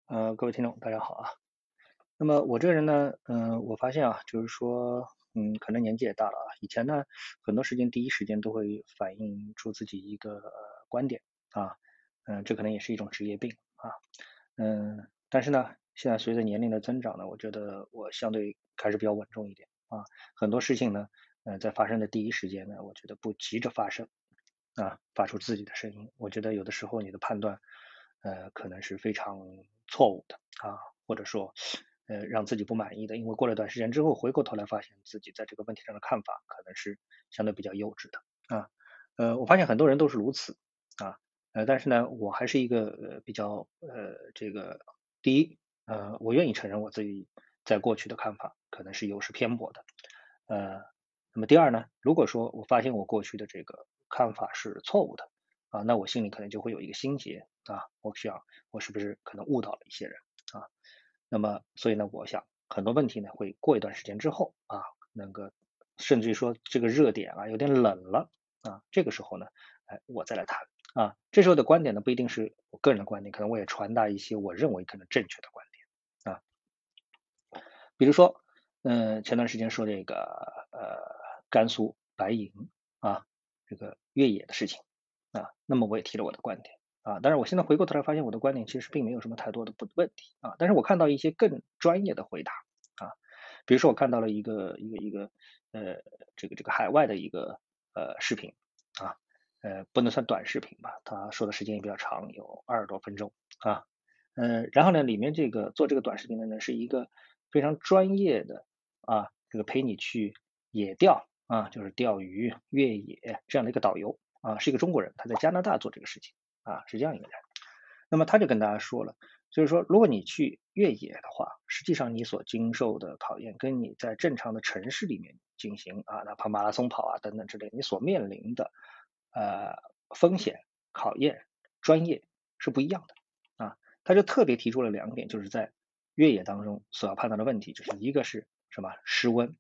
各位听众，大家好啊。那么我这个人呢，我发现啊，就是说，可能年纪也大了啊，以前呢，很多事情第一时间都会反映出自己一个观点啊，这可能也是一种职业病啊，但是呢，现在随着年龄的增长呢，我觉得我相对开始比较稳重一点啊，很多事情呢，在发生的第一时间呢，我觉得不急着发生，发出自己的声音。我觉得有的时候你的判断，可能是非常错误的或者说，让自己不满意的。因为过了一段时间之后，回过头来发现自己在这个问题上的看法可能是相对比较幼稚的啊。我发现很多人都是如此啊，但是呢，我还是一个比较第一，我愿意承认我自己在过去的看法可能是有失偏颇的，呃，那么第二呢，如果说我发现我过去的这个看法是错误的那我心里可能就会有一个心结我想我是不是可能误导了一些人啊？那么所以呢，我想很多问题呢会过一段时间之后那个甚至于说这个热点有点冷了这个时候呢，我再来谈这时候的观点呢不一定是我个人的观点，可能我也传达一些我认为可能正确的观点比如说，前段时间说这个甘肃白银啊，这个越野的事情那么我也提了我的观点但是我现在回过头来发现我的观点其实并没有什么太多的不问题但是我看到一些更专业的回答啊，比如说我看到了一个呃这个海外的一个视频啊，不能算短视频吧，他说的时间也比较长，有20多分钟啊，然后呢，里面这个做这个短视频的呢是一个非常专业的这个陪你去野钓就是钓鱼、越野这样的一个导游是一个中国人，他在加拿大做这个事情是这样一个人。那么他就跟大家说了，就是说，如果你去越野的话，实际上你所经受的考验，跟你在正常的城市里面进行哪怕马拉松跑等等之类，你所面临的呃风险、考验、专业是不一样的他就特别提出了2点，就是在越野当中所要判断的问题，就是一个是什么失温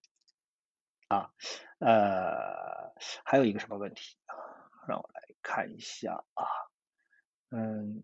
还有一个什么问题让我来看一下嗯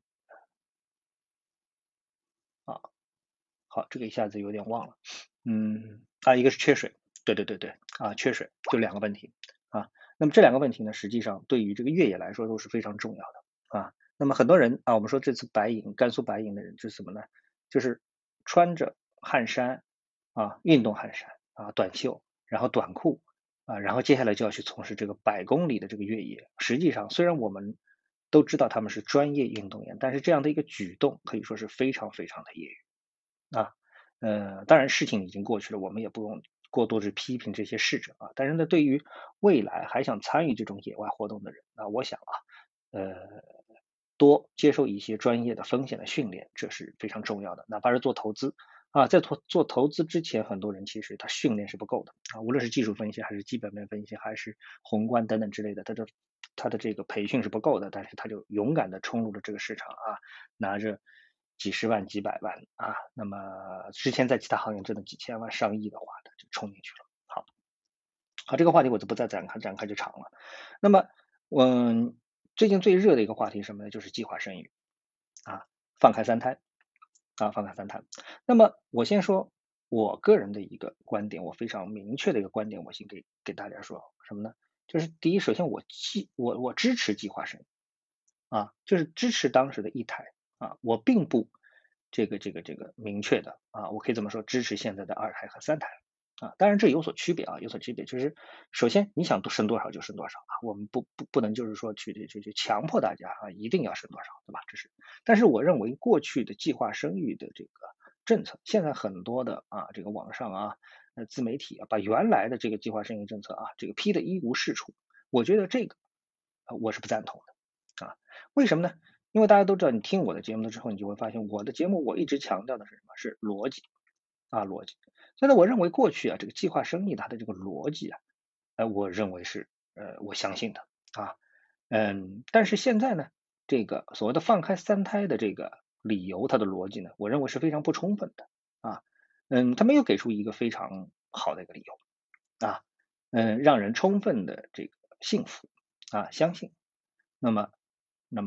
啊，好，这个一下子有点忘了。一个是缺水，对对对对，缺水，就2个问题那么这2个问题呢，实际上对于这个越野来说都是非常重要的那么很多人我们说这次甘肃白银的人就是什么呢？就是穿着汗衫运动汗衫短袖，然后短裤然后接下来就要去从事这个100公里的这个越野。实际上，虽然我们都知道他们是专业运动员，但是这样的一个举动可以说是非常非常的业余。啊，当然事情已经过去了，我们也不用过多去批评这些逝者但是呢，对于未来还想参与这种野外活动的人我想呃，多接受一些专业的风险的训练，这是非常重要的。哪怕是做投资在做投资之前，很多人其实他训练是不够的无论是技术分析还是基本面分析，还是宏观等等之类的，他的这个培训是不够的，但是他就勇敢的冲入了这个市场拿着几十万、几百万那么之前在其他行业挣的几千万、上亿的话，他就冲进去了。好，这个话题我就不再展开就长了。那么，最近最热的一个话题是什么呢？就是计划生育啊，放开三胎放开三胎。那么我先说我个人的一个观点，我非常明确的一个观点，我先给大家说什么呢？就是第一，首先我支持计划生育就是支持当时的一胎我并不这个明确的我可以这么说，支持现在的2胎和3胎当然这有所区别有所区别。就是首先你想生多少就生多少我们不能就是说去强迫大家一定要生多少，对吧？但是我认为过去的计划生育的这个政策，现在很多的这个网上自媒体把原来的这个计划生育政策这个批的一无是处，我觉得这个我是不赞同的为什么呢？因为大家都知道，你听我的节目了之后，你就会发现我的节目我一直强调的是什么？是逻辑逻辑。所以呢，我认为过去这个计划生育它的这个逻辑我认为是我相信的啊，但是现在呢，这个所谓的放开三胎的这个理由，它的逻辑呢，我认为是非常不充分的啊，他没有给出一个非常好的一个理由让人充分的这个信服相信。那么，那么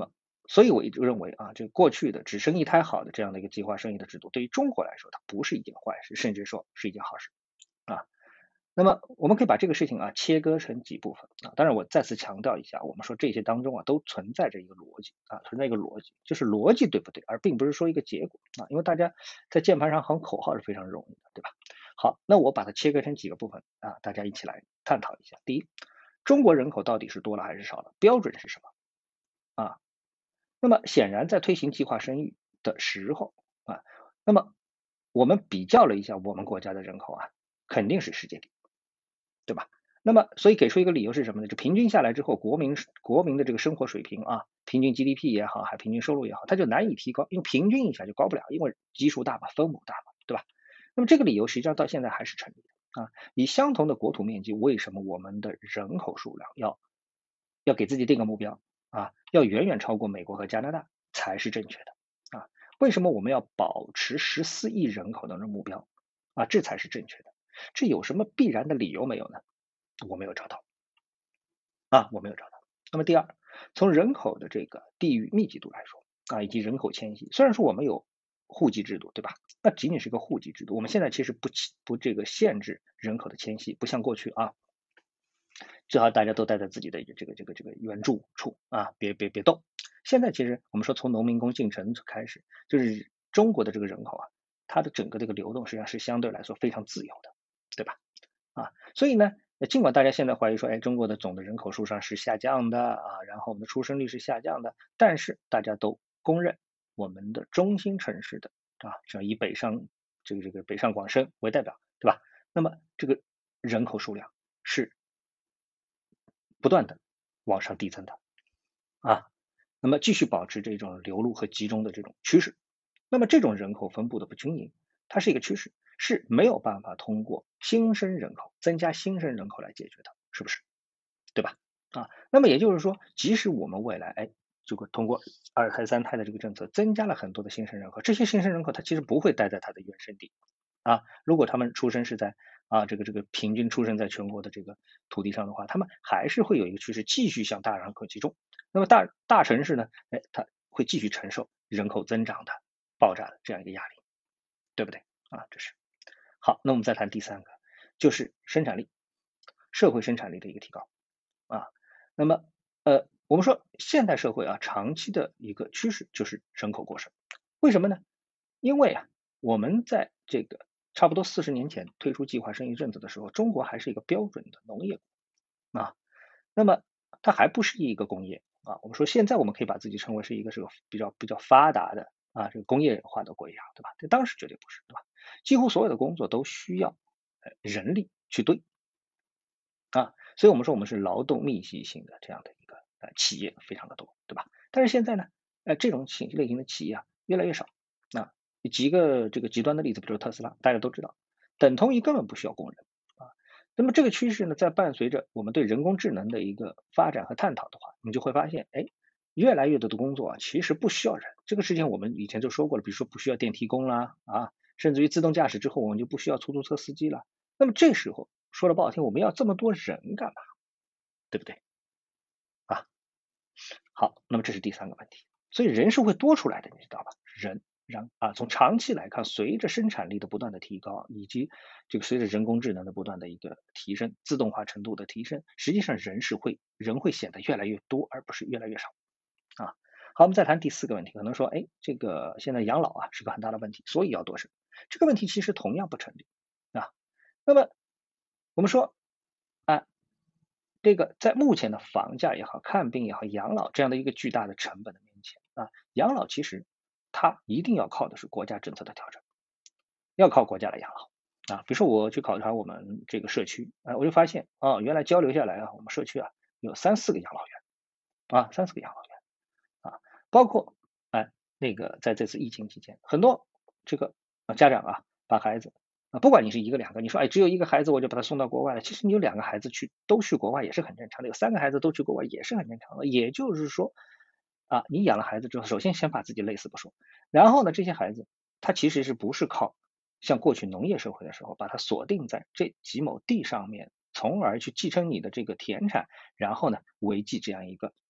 所以我一直认为啊，这个过去的只生一胎好的这样的一个计划生育的制度，对于中国来说，它不是一件坏事，甚至说是一件好事啊。那么我们可以把这个事情啊切割成几部分啊，当然我再次强调一下，我们说这些当中啊都存在着一个逻辑啊，存在一个逻辑，就是逻辑对不对，而并不是说一个结果啊，因为大家在键盘上喊口号是非常容易的，对吧？好，那我把它切割成几个部分啊，大家一起来探讨一下。第一，中国人口到底是多了还是少了？标准是什么啊？那么显然在推行计划生育的时候啊，那么我们比较了一下我们国家的人口啊，肯定是世界第一，对吧？那么所以给出一个理由是什么呢？就平均下来之后，国民的这个生活水平啊，平均 GDP 也好，还平均收入也好，它就难以提高，因为平均一下就高不了，因为基数大嘛，分母大嘛，对吧？那么这个理由实际上到现在还是成立的啊。以相同的国土面积，为什么我们的人口数量要给自己定个目标啊，要远远超过美国和加拿大才是正确的啊？为什么我们要保持14亿人口的目标啊？这才是正确的。这有什么必然的理由没有呢？我没有找到啊，我没有找到。那么第二，从人口的这个地域密集度来说啊，以及人口迁徙，虽然说我们有户籍制度，对吧？那仅仅是个户籍制度，我们现在其实不这个限制人口的迁徙，不像过去啊，最好大家都待在自己的这个原住处啊，别动。现在其实我们说从农民工进城开始，就是中国的这个人口啊，它的整个这个流动实际上是相对来说非常自由的，对吧？啊，所以呢，尽管大家现在怀疑说，哎，中国的总的人口数上是下降的啊，然后我们的出生率是下降的，但是大家都公认我们的中心城市的啊，只要以这个北上广深为代表，对吧？那么这个人口数量是不断的往上递增的啊，那么继续保持这种流入和集中的这种趋势。那么这种人口分布的不均匀，它是一个趋势，是没有办法通过新生人口增加新生人口来解决的，是不是？对吧？啊，那么也就是说，即使我们未来这个通过二胎三胎的这个政策，增加了很多的新生人口，这些新生人口他其实不会待在他的原生地啊。如果他们出生是在这个平均出生在全国的这个土地上的话，他们还是会有一个趋势继续向大人口集中。那么大城市呢，它会继续承受人口增长的爆炸的这样一个压力，对不对？啊，这是好。那我们再谈第三个，就是生产力，社会生产力的一个提高。啊，那么我们说现代社会啊，长期的一个趋势就是人口过剩。为什么呢？因为啊，我们在这个差不多40年前推出计划生育政策的时候，中国还是一个标准的农业国啊，那么它还不是一个工业啊。我们说现在我们可以把自己称为是一个比较发达的啊这个工业化的国家，对吧？这当时绝对不是，对吧？几乎所有的工作都需要人力去堆。啊，所以我们说我们是劳动密集型的这样的一个企业非常的多，对吧？但是现在呢，这种类型的企业啊越来越少。啊，几个这个极端的例子，比如特斯拉，大家都知道，等同于根本不需要工人啊。那么这个趋势呢，在伴随着我们对人工智能的一个发展和探讨的话，你就会发现，越来越多的工作啊，其实不需要人。这个事情我们以前就说过了，比如说不需要电梯工啦，啊，甚至于自动驾驶之后，我们就不需要出租车司机了。那么这时候说的不好听，我们要这么多人干嘛？对不对？啊，好，那么这是第三个问题，所以人是会多出来的，你知道吧？从长期来看，随着生产力的不断的提高，以及这个随着人工智能的不断的一个提升，自动化程度的提升，实际上人会显得越来越多，而不是越来越少啊。好，我们再谈第四个问题，可能说，这个现在养老啊是个很大的问题，所以要多生。这个问题其实同样不成立啊。那么我们说，啊，这个在目前的房价也好，看病也好，养老这样的一个巨大的成本的面前啊，养老其实它一定要靠的是国家政策的调整，要靠国家来养老啊。比如说我去考察我们这个社区，我就发现原来交流下来啊，我们社区啊有3、4个养老院啊，3、4个养老院啊，包括那个在这次疫情期间，很多这个家长啊把孩子不管你是一个两个，你说只有一个孩子我就把他送到国外了，其实你有2个孩子都去国外也是很正常的，有3个孩子都去国外也是很正常的。也就是说你养了孩子之后，首先先把自己累死不说，然后呢，这些孩子他其实是不是靠像过去农业社会的时候，把它锁定在这几亩地上面，从而去继承你的这个田产，然后呢，维系这样一个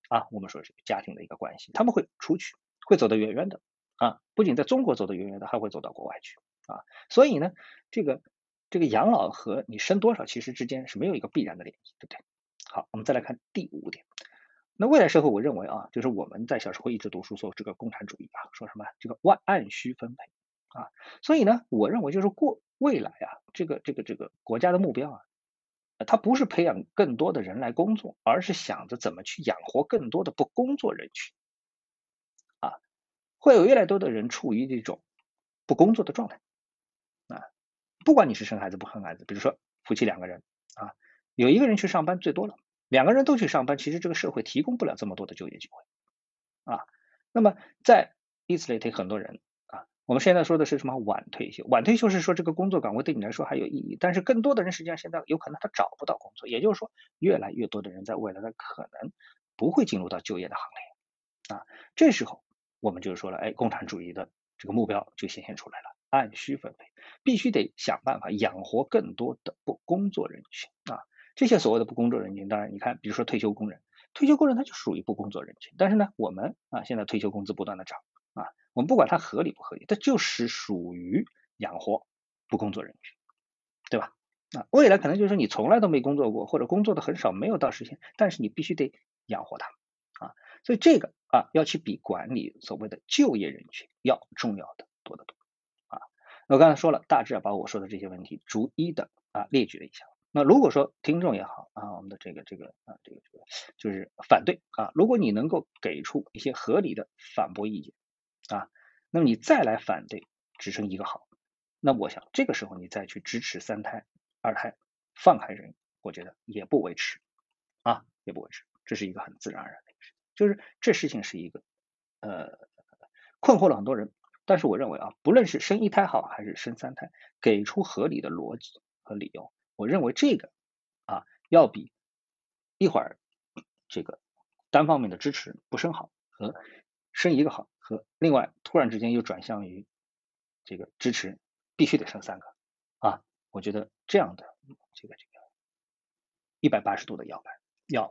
我们说这个家庭的一个关系，他们会出去，会走得远远的不仅在中国走得远远的，还会走到国外去啊。所以呢，这个养老和你生多少其实之间是没有一个必然的联系，对不对？好，我们再来看第5点。那未来社会，我认为就是我们在小时候一直读书说这个共产主义说什么这个按需分配所以呢，我认为就是未来这个国家的目标它不是培养更多的人来工作，而是想着怎么去养活更多的不工作人群啊，会有越来越多的人处于这种不工作的状态啊，不管你是生孩子不生孩子，比如说夫妻2个人啊，有一个人去上班最多了，2个人都去上班，其实这个社会提供不了这么多的就业机会啊。那么以此类推，很多人我们现在说的是什么晚退休？晚退休是说这个工作岗位对你来说还有意义，但是更多的人实际上现在有可能他找不到工作，也就是说，越来越多的人在未来的可能不会进入到就业的行列这时候我们就说了，共产主义的这个目标就显现出来了，按需分配，必须得想办法养活更多的不工作人群这些所谓的不工作人群，当然你看，比如说退休工人，退休工人他就属于不工作人群，但是呢，我们现在退休工资不断的涨我们不管它合理不合理，它就是属于养活不工作人群，对吧？未来可能就是说你从来都没工作过，或者工作的很少，没有到实现，但是你必须得养活他所以这个要去比管理所谓的就业人群要重要的多得多那我刚才说了，大致把我说的这些问题逐一的列举了一下。那如果说听众也好我们的这个就是反对如果你能够给出一些合理的反驳意见那么你再来反对只生一个好，那我想这个时候你再去支持3胎、2胎放开人，我觉得也不为迟也不为迟，这是一个很自然而然的事情，就是这事情是一个呃困惑了很多人，但是我认为不论是生1胎好还是生3胎，给出合理的逻辑和理由，我认为这个要比一会儿这个单方面的支持不生好和生一个好，和另外突然之间又转向于这个支持必须得生3个我觉得这样的这个180度的摇摆要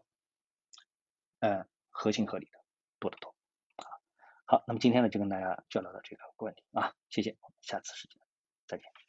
合情合理的多得多好，那么今天呢就跟大家交流到这个问题谢谢，我们下次时间再见。